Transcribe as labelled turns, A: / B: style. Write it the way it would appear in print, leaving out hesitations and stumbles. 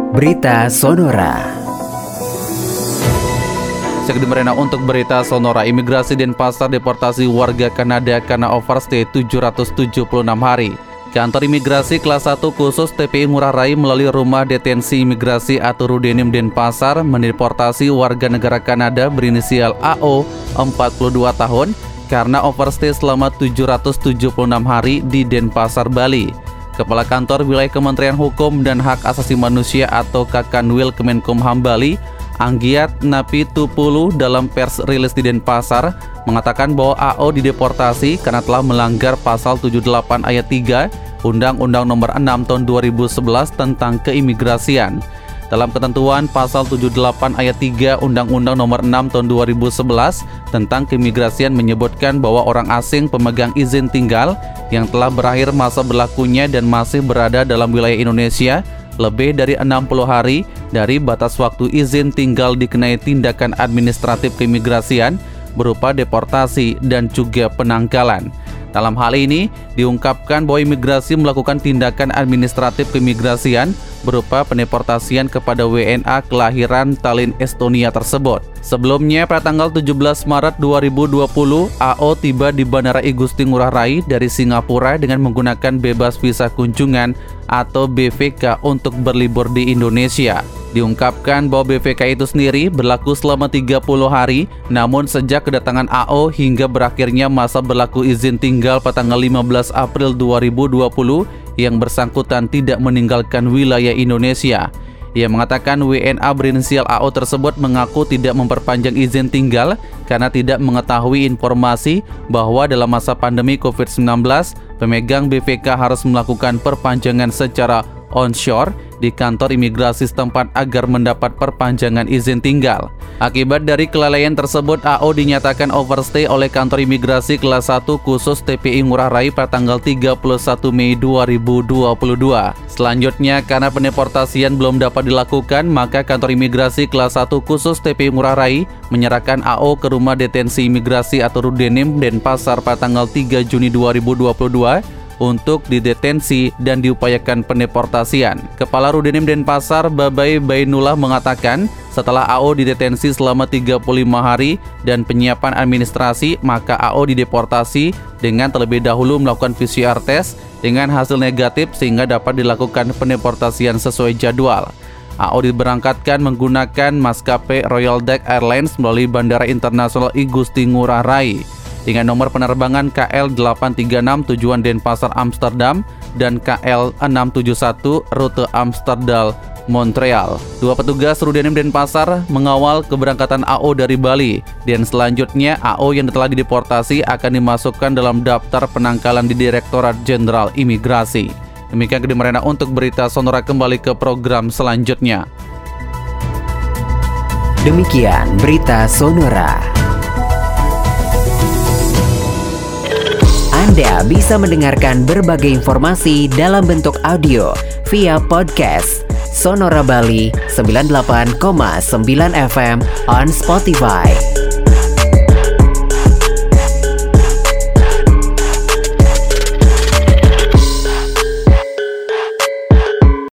A: Berita Sonora.
B: Untuk berita Sonora, imigrasi Denpasar deportasi warga Kanada karena overstay 776 hari. Kantor Imigrasi Kelas 1 khusus TPI Ngurah Rai melalui Rumah Detensi Imigrasi atau Rudenim Denpasar mendeportasi warga negara Kanada berinisial AO 42 tahun karena overstay selama 776 hari di Denpasar, Bali. Kepala Kantor Wilayah Kementerian Hukum dan Hak Asasi Manusia atau Kakanwil Kemenkumham Bali, Anggiat Napitupulu dalam pers rilis di Denpasar mengatakan bahwa AO dideportasi karena telah melanggar pasal 78 ayat 3 Undang-Undang Nomor 6 Tahun 2011 tentang keimigrasian. Dalam ketentuan pasal 78 ayat 3 Undang-Undang Nomor 6 Tahun 2011 tentang keimigrasian menyebutkan bahwa orang asing pemegang izin tinggal yang telah berakhir masa berlakunya dan masih berada dalam wilayah Indonesia lebih dari 60 hari dari batas waktu izin tinggal dikenai tindakan administratif keimigrasian berupa deportasi dan juga penangkalan. Dalam hal ini, diungkapkan bahwa imigrasi melakukan tindakan administratif keimigrasian berupa pendeportasian kepada WNA kelahiran Tallinn, Estonia tersebut. Sebelumnya, pada tanggal 17 Maret 2020, AO tiba di Bandara I Gusti Ngurah Rai dari Singapura dengan menggunakan bebas visa kunjungan atau BVK untuk berlibur di Indonesia. Diungkapkan bahwa BVK itu sendiri berlaku selama 30 hari, namun sejak kedatangan AO hingga berakhirnya masa berlaku izin tinggal pada tanggal 15 April 2020, yang bersangkutan tidak meninggalkan wilayah Indonesia. Ia mengatakan WNA berinisial AO tersebut mengaku tidak memperpanjang izin tinggal karena tidak mengetahui informasi bahwa dalam masa pandemi COVID-19, pemegang BVK harus melakukan perpanjangan secara onshore di kantor imigrasi setempat agar mendapat perpanjangan izin tinggal. Akibat dari kelalaian tersebut, AO dinyatakan overstay oleh kantor imigrasi kelas 1 khusus TPI Ngurah Rai pada tanggal 31 Mei 2022. Selanjutnya, karena pendeportasian belum dapat dilakukan, maka kantor imigrasi kelas 1 khusus TPI Ngurah Rai menyerahkan AO ke Rumah Detensi Imigrasi atau Rudenim Denpasar pada tanggal 3 Juni 2022 untuk didetensi dan diupayakan pendeportasian. Kepala Rudenim Denpasar, Babai Bainullah mengatakan, setelah AO didetensi selama 35 hari dan penyiapan administrasi, maka AO dideportasi dengan terlebih dahulu melakukan PCR test dengan hasil negatif sehingga dapat dilakukan pendeportasian sesuai jadwal. AO diberangkatkan menggunakan maskapai Royal Dutch Airlines melalui Bandara Internasional I Gusti Ngurah Rai dengan nomor penerbangan KL836 tujuan Denpasar Amsterdam dan KL671 rute Amsterdam Montreal. Dua petugas Rudenim Denpasar mengawal keberangkatan AO dari Bali, dan selanjutnya AO yang telah dideportasi akan dimasukkan dalam daftar penangkalan di Direktorat Jenderal Imigrasi. Demikian Gede Merena untuk berita Sonora, kembali ke program selanjutnya.
A: Demikian berita Sonora. Anda bisa mendengarkan berbagai informasi dalam bentuk audio via podcast Sonora Bali 98,9 FM on Spotify.